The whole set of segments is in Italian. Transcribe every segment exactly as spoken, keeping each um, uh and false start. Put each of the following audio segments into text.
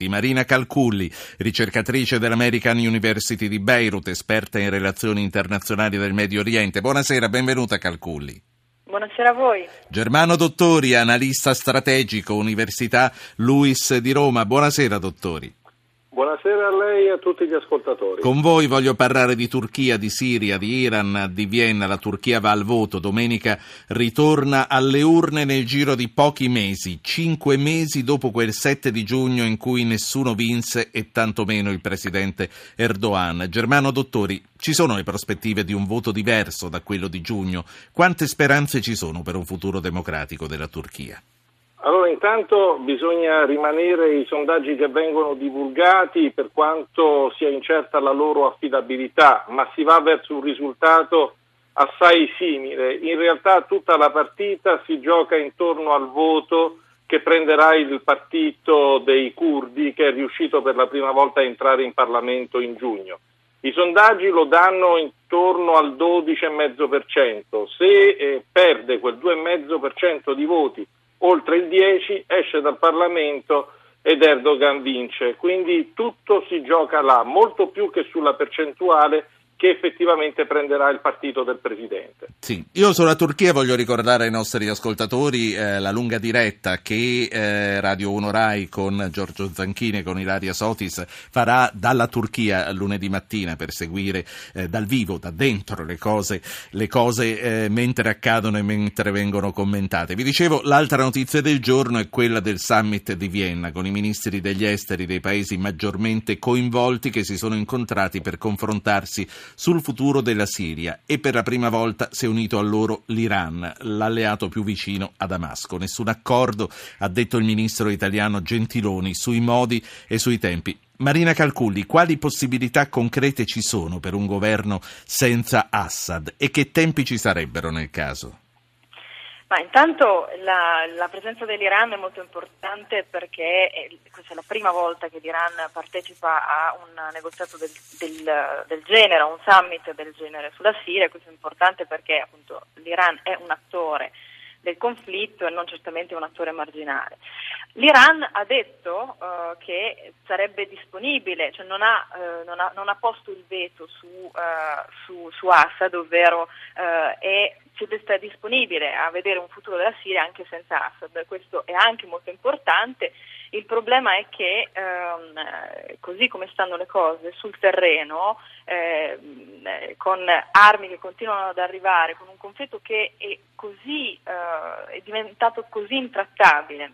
Marina Calculli, ricercatrice dell'American University di Beirut, esperta in relazioni internazionali del Medio Oriente. Buonasera, benvenuta Calculli. Buonasera a voi. Germano Dottori, analista strategico, Università Luis di Roma. Buonasera dottori. Buonasera a lei e a tutti gli ascoltatori. Con voi voglio parlare di Turchia, di Siria, di Iran, di Vienna. La Turchia va al voto. Domenica ritorna alle urne nel giro di pochi mesi, cinque mesi dopo quel sette di giugno in cui nessuno vinse e tantomeno il presidente Erdogan. Germano Dottori, ci sono le prospettive di un voto diverso da quello di giugno? Quante speranze ci sono per un futuro democratico della Turchia? Allora, intanto bisogna rimanere i sondaggi che vengono divulgati, per quanto sia incerta la loro affidabilità, ma si va verso un risultato assai simile. In realtà tutta la partita si gioca intorno al voto che prenderà il partito dei curdi, che è riuscito per la prima volta a entrare in Parlamento in giugno. I sondaggi lo danno intorno al dodici virgola cinque per cento. Se eh, perde quel due virgola cinque per cento di voti oltre il dieci, esce dal Parlamento ed Erdogan vince. Quindi tutto si gioca là, molto più che sulla percentuale che effettivamente prenderà il partito del presidente. Sì, io sulla Turchia voglio ricordare ai nostri ascoltatori eh, la lunga diretta che eh, Radio uno Rai con Giorgio Zanchini e con Ilaria Sotis farà dalla Turchia lunedì mattina per seguire eh, dal vivo, da dentro le cose, le cose eh, mentre accadono e mentre vengono commentate. Vi dicevo, l'altra notizia del giorno è quella del summit di Vienna, con i ministri degli esteri dei paesi maggiormente coinvolti che si sono incontrati per confrontarsi sul futuro della Siria, e per la prima volta si è unito a loro l'Iran, l'alleato più vicino a Damasco. Nessun accordo, ha detto il ministro italiano Gentiloni, sui modi e sui tempi. Marina Calculli, quali possibilità concrete ci sono per un governo senza Assad e che tempi ci sarebbero nel caso? Ma intanto la, la presenza dell'Iran è molto importante perché è, questa è la prima volta che l'Iran partecipa a un negoziato del, del, del genere, a un summit del genere sulla Siria. Questo è importante perché appunto l'Iran è un attore del conflitto e non certamente un attore marginale. L'Iran ha detto uh, che sarebbe disponibile, cioè non ha, uh, non ha, non ha posto il veto su, uh, su, su Assad, ovvero uh, è sta disponibile a vedere un futuro della Siria anche senza Assad. Questo è anche molto importante. Il problema è che ehm, così come stanno le cose sul terreno, ehm, con armi che continuano ad arrivare, con un conflitto che è così eh, è diventato così intrattabile,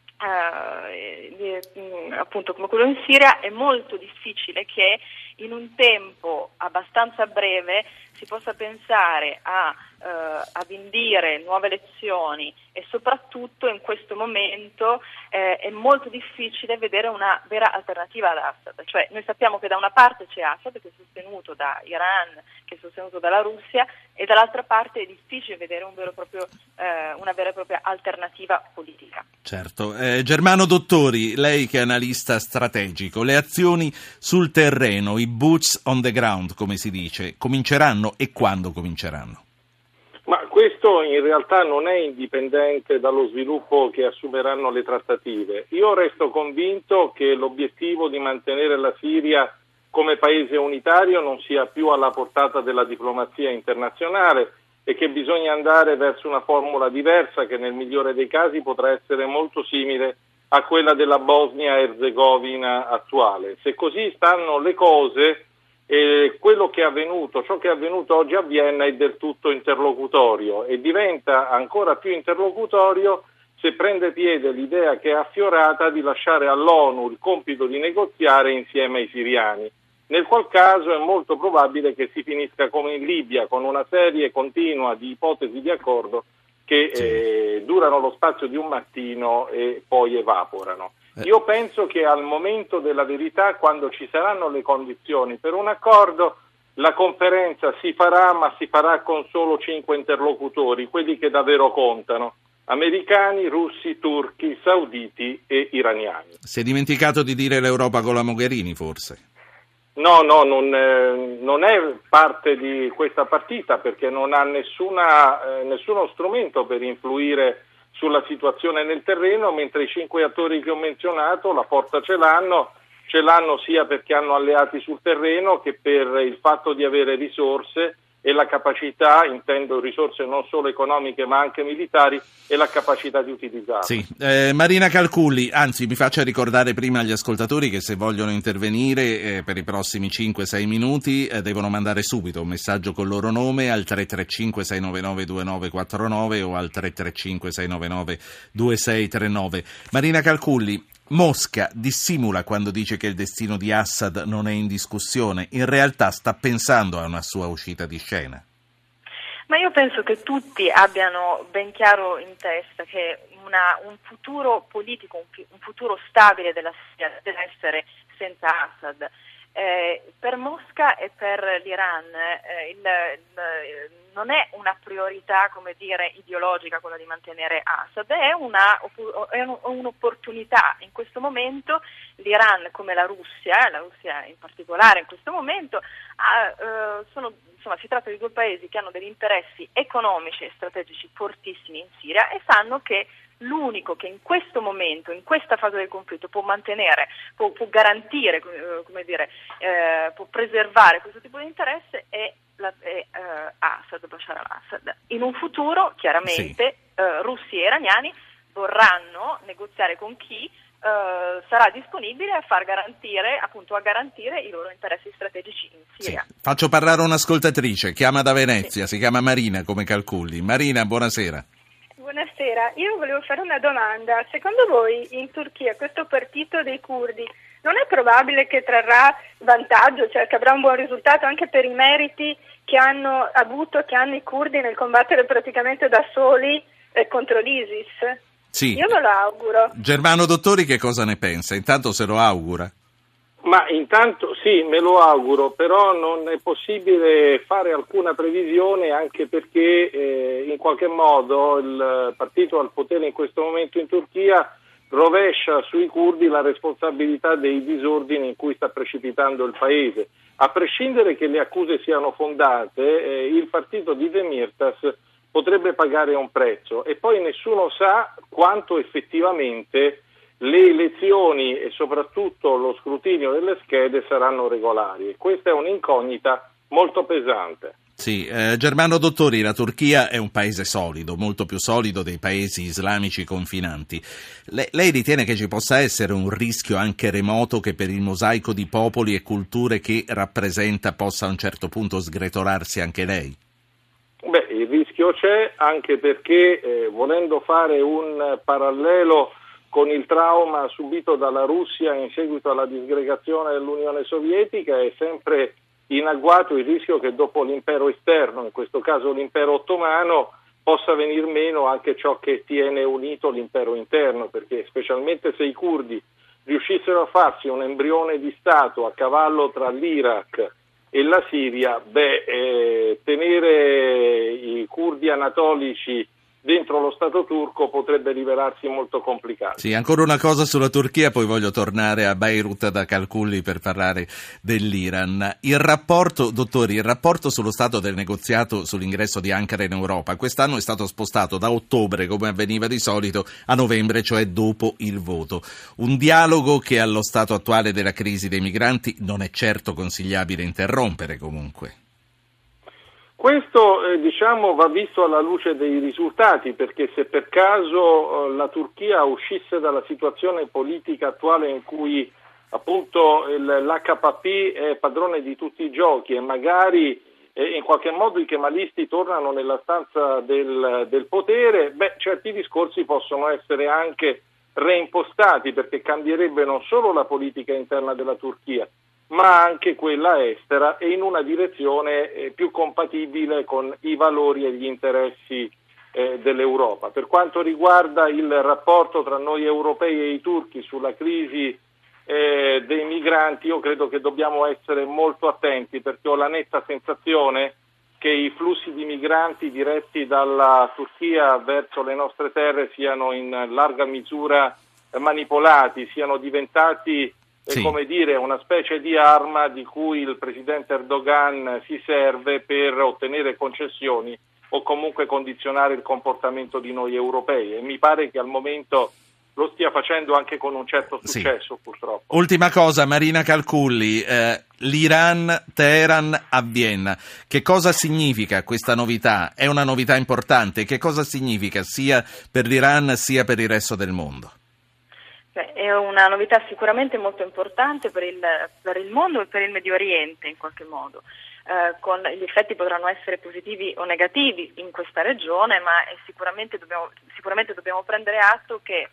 eh, appunto come quello in Siria, è molto difficile che in un tempo abbastanza breve si possa pensare a Uh, ad indire nuove elezioni, e soprattutto in questo momento eh, è molto difficile vedere una vera alternativa ad Assad. Cioè noi sappiamo che da una parte c'è Assad, che è sostenuto da Iran, che è sostenuto dalla Russia, e dall'altra parte è difficile vedere un vero e proprio, eh, una vera e propria alternativa politica. Certo. Eh, Germano Dottori, lei che è analista strategico, le azioni sul terreno, i boots on the ground come si dice, cominceranno e quando cominceranno? Ma questo in realtà non è indipendente dallo sviluppo che assumeranno le trattative. Io resto convinto che l'obiettivo di mantenere la Siria come paese unitario non sia più alla portata della diplomazia internazionale e che bisogna andare verso una formula diversa che nel migliore dei casi potrà essere molto simile a quella della Bosnia-Erzegovina attuale. Se così stanno le cose, E quello che è avvenuto, ciò che è avvenuto oggi a Vienna è del tutto interlocutorio e diventa ancora più interlocutorio se prende piede l'idea che è affiorata di lasciare all'ONU il compito di negoziare insieme ai siriani, nel qual caso è molto probabile che si finisca come in Libia, con una serie continua di ipotesi di accordo che sì. eh, durano lo spazio di un mattino e poi evaporano. Io penso che al momento della verità, quando ci saranno le condizioni per un accordo, la conferenza si farà, ma si farà con solo cinque interlocutori, quelli che davvero contano: americani, russi, turchi, sauditi e iraniani. Si è dimenticato di dire l'Europa con la Mogherini, forse? No, no, non, eh, non è parte di questa partita perché non ha nessuna, eh, nessuno strumento per influire sulla situazione nel terreno, mentre i cinque attori che ho menzionato la forza ce l'hanno, ce l'hanno sia perché hanno alleati sul terreno che per il fatto di avere risorse e la capacità, intendo risorse non solo economiche ma anche militari, e la capacità di utilizzarle. Sì. Eh, Marina Calculli, anzi mi faccia ricordare prima agli ascoltatori che se vogliono intervenire eh, per i prossimi cinque sei minuti eh, devono mandare subito un messaggio con il loro nome al tre tre cinque sei nove nove due nove quattro nove o al tre tre cinque sei nove nove due sei tre nove. Marina Calculli, Mosca dissimula quando dice che il destino di Assad non è in discussione, in realtà sta pensando a una sua uscita di scena. Ma io penso che tutti abbiano ben chiaro in testa che una, un futuro politico, un, un futuro stabile della Siria deve essere senza Assad. Eh, per Mosca e per l'Iran eh, il, il, non è una priorità, come dire, ideologica quella di mantenere Assad, è, una, è un, un'opportunità. In questo momento l'Iran, come la Russia, la Russia in particolare in questo momento, ha, eh, sono, insomma, si tratta di due paesi che hanno degli interessi economici e strategici fortissimi in Siria e sanno che l'unico che in questo momento, in questa fase del conflitto, può mantenere, può, può garantire, come dire, eh, può preservare questo tipo di interesse è, la, è uh, Assad, Bashar al-Assad. In un futuro, chiaramente, sì. uh, russi e iraniani vorranno negoziare con chi uh, sarà disponibile a far garantire, appunto, a garantire i loro interessi strategici in Siria. Sì. Faccio parlare un'ascoltatrice, chiama da Venezia, sì. Si chiama Marina, come Calculli. Marina, buonasera. Buonasera, io volevo fare una domanda. Secondo voi in Turchia questo partito dei curdi non è probabile che trarrà vantaggio, cioè che avrà un buon risultato anche per i meriti che hanno avuto, che hanno i curdi nel combattere praticamente da soli eh, contro l'ISIS? Sì. Io me lo auguro. Germano Dottori che cosa ne pensa? Intanto se lo augura. Ma intanto sì, me lo auguro, però non è possibile fare alcuna previsione anche perché eh, in qualche modo il partito al potere in questo momento in Turchia rovescia sui curdi la responsabilità dei disordini in cui sta precipitando il paese. A prescindere che le accuse siano fondate, eh, il partito di Demirtas potrebbe pagare un prezzo e poi nessuno sa quanto effettivamente le elezioni e soprattutto lo scrutinio delle schede saranno regolari e questa è un'incognita molto pesante. Sì, eh, Germano Dottori, la Turchia è un paese solido, molto più solido dei paesi islamici confinanti. Le, lei ritiene che ci possa essere un rischio anche remoto che per il mosaico di popoli e culture che rappresenta possa a un certo punto sgretolarsi anche lei? Beh, il rischio c'è anche perché eh, volendo fare un parallelo con il trauma subito dalla Russia in seguito alla disgregazione dell'Unione Sovietica è sempre in agguato il rischio che dopo l'impero esterno, in questo caso l'impero ottomano, possa venir meno anche ciò che tiene unito l'impero interno, perché specialmente se i curdi riuscissero a farsi un embrione di Stato a cavallo tra l'Iraq e la Siria, beh, eh, tenere i curdi anatolici dentro lo Stato turco potrebbe rivelarsi molto complicato. Sì, ancora una cosa sulla Turchia, poi voglio tornare a Beirut da Calculli per parlare dell'Iran. Il rapporto, dottori, il rapporto sullo stato del negoziato sull'ingresso di Ankara in Europa quest'anno è stato spostato da ottobre, come avveniva di solito, a novembre, cioè dopo il voto. Un dialogo che allo stato attuale della crisi dei migranti non è certo consigliabile interrompere comunque. Questo eh, diciamo va visto alla luce dei risultati, perché se per caso eh, la Turchia uscisse dalla situazione politica attuale in cui appunto il, l'H P P è padrone di tutti i giochi e magari eh, in qualche modo i kemalisti tornano nella stanza del, del potere, beh, certi discorsi possono essere anche reimpostati perché cambierebbe non solo la politica interna della Turchia, ma anche quella estera e in una direzione eh, più compatibile con i valori e gli interessi eh, dell'Europa. Per quanto riguarda il rapporto tra noi europei e i turchi sulla crisi eh, dei migranti, io credo che dobbiamo essere molto attenti perché ho la netta sensazione che i flussi di migranti diretti dalla Turchia verso le nostre terre siano in larga misura eh, manipolati, siano diventati Sì. È come dire una specie di arma di cui il presidente Erdogan si serve per ottenere concessioni o comunque condizionare il comportamento di noi europei, e mi pare che al momento lo stia facendo anche con un certo successo, sì. Purtroppo. Ultima cosa, Marina Calculli, eh, l'Iran, Teheran a Vienna. Che cosa significa questa novità? È una novità importante? Che cosa significa sia per l'Iran sia per il resto del mondo? Beh, è una novità sicuramente molto importante per il, per il mondo e per il Medio Oriente in qualche modo. Eh, con gli effetti potranno essere positivi o negativi in questa regione, ma è sicuramente, dobbiamo, sicuramente dobbiamo prendere atto che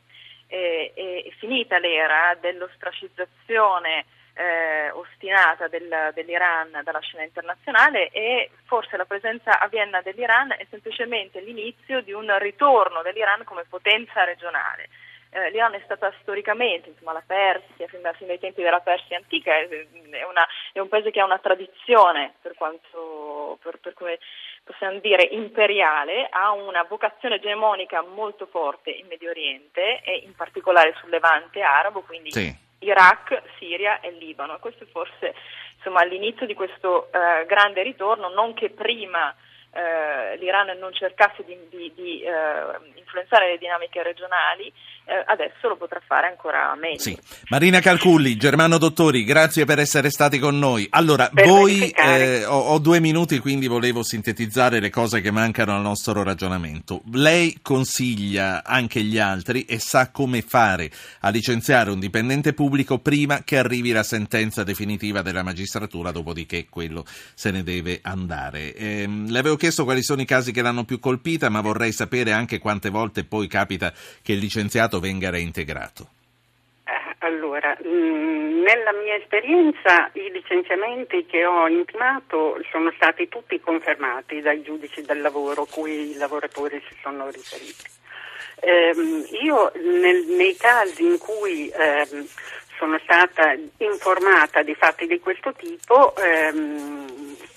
è, è, è finita l'era dell'ostracizzazione eh, ostinata del, dell'Iran dalla scena internazionale, e forse la presenza a Vienna dell'Iran è semplicemente l'inizio di un ritorno dell'Iran come potenza regionale. Eh, L'Iran è stata storicamente, insomma, la Persia, fin, da, fin dai tempi della Persia antica, è, è, una, è un paese che ha una tradizione, per quanto, per, per come possiamo dire, imperiale, ha una vocazione egemonica molto forte in Medio Oriente e in particolare sul Levante arabo, quindi sì. Iraq, Siria e Libano. Questo è forse, insomma, l'inizio di questo eh, grande ritorno, non che prima Uh, l'Iran non cercasse di, di, di uh, influenzare le dinamiche regionali, uh, adesso lo potrà fare ancora meglio. Sì. Marina Calculli, Germano Dottori, grazie per essere stati con noi. Allora, per voi eh, ho, ho due minuti, quindi volevo sintetizzare le cose che mancano al nostro ragionamento. Lei consiglia anche gli altri e sa come fare a licenziare un dipendente pubblico prima che arrivi la sentenza definitiva della magistratura, dopodiché quello se ne deve andare. Eh, le avevo chiesto quali sono i casi che l'hanno più colpita, ma vorrei sapere anche quante volte poi capita che il licenziato venga reintegrato. Eh, allora, mh, nella mia esperienza i licenziamenti che ho intimato sono stati tutti confermati dai giudici del lavoro cui i lavoratori si sono riferiti. Eh, io nel, nei casi in cui eh, sono stata informata di fatti di questo tipo, ehm,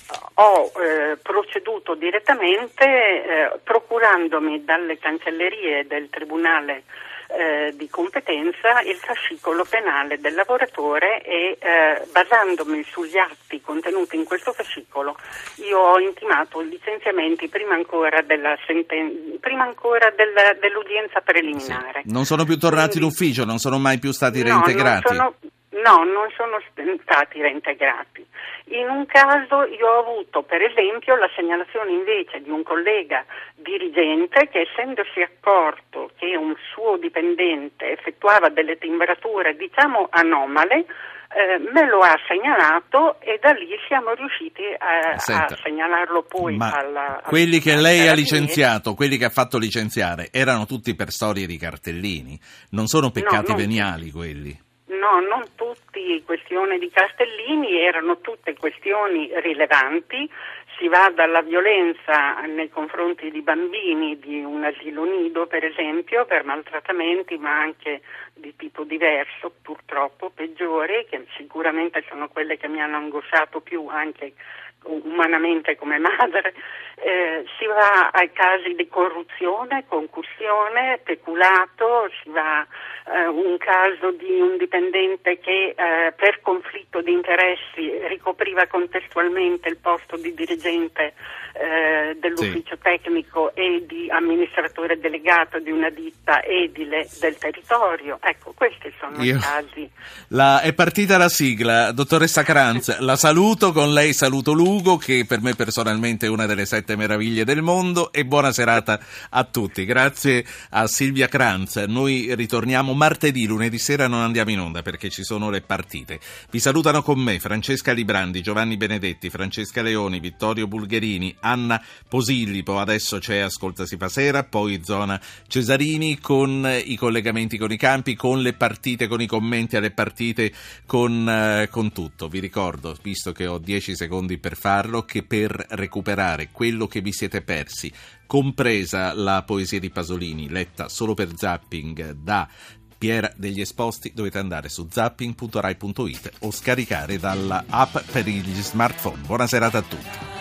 ho eh, proceduto direttamente eh, procurandomi dalle cancellerie del Tribunale eh, di competenza il fascicolo penale del lavoratore e eh, basandomi sugli atti contenuti in questo fascicolo io ho intimato licenziamenti prima ancora della senten- prima ancora della, dell'udienza preliminare. Sì. Non sono più tornati Quindi, in ufficio, non sono mai più stati reintegrati? No, non sono, no, non sono stati reintegrati. In un caso io ho avuto per esempio la segnalazione invece di un collega dirigente che, essendosi accorto che un suo dipendente effettuava delle timbrature diciamo anomale, eh, me lo ha segnalato e da lì siamo riusciti a, a segnalarlo poi ma alla, quelli che lei ha licenziato, quelli che ha fatto licenziare, erano tutti per storie di cartellini, non sono peccati no, non veniali quelli? No, non tutti questioni di cartellini, erano tutte questioni rilevanti. Si va dalla violenza nei confronti di bambini di un asilo nido, per esempio, per maltrattamenti, ma anche di tipo diverso, purtroppo peggiori, che sicuramente sono quelle che mi hanno angosciato più anche umanamente come madre. Eh, si va ai casi di corruzione, concussione, peculato, si va eh, un caso di un dipendente che eh, per conflitto di interessi ricopriva contestualmente il posto di dirigente eh, dell'ufficio sì. tecnico e di amministratore delegato di una ditta edile del territorio. Ecco, questi sono Io... i casi. La... È partita la sigla, dottoressa Kranz, la saluto, con lei saluto Lugo, che per me personalmente è una delle sette meraviglie del mondo, e buona serata a tutti. Grazie a Silvia Kranz. Noi ritorniamo martedì, lunedì sera non andiamo in onda perché ci sono le partite. Vi salutano con me Francesca Librandi, Giovanni Benedetti, Francesca Leoni, Vittorio Bulgherini, Anna Posillipo. Adesso c'è Ascolta si fa sera, poi Zona Cesarini con i collegamenti con i campi, con le partite, con i commenti alle partite, con, eh, con tutto. Vi ricordo, visto che ho dieci secondi per farlo, che per recuperare quello che vi siete persi, compresa la poesia di Pasolini letta solo per zapping da Piera degli Esposti, dovete andare su zapping punto rai punto it o scaricare dalla app per gli smartphone. Buona serata a tutti.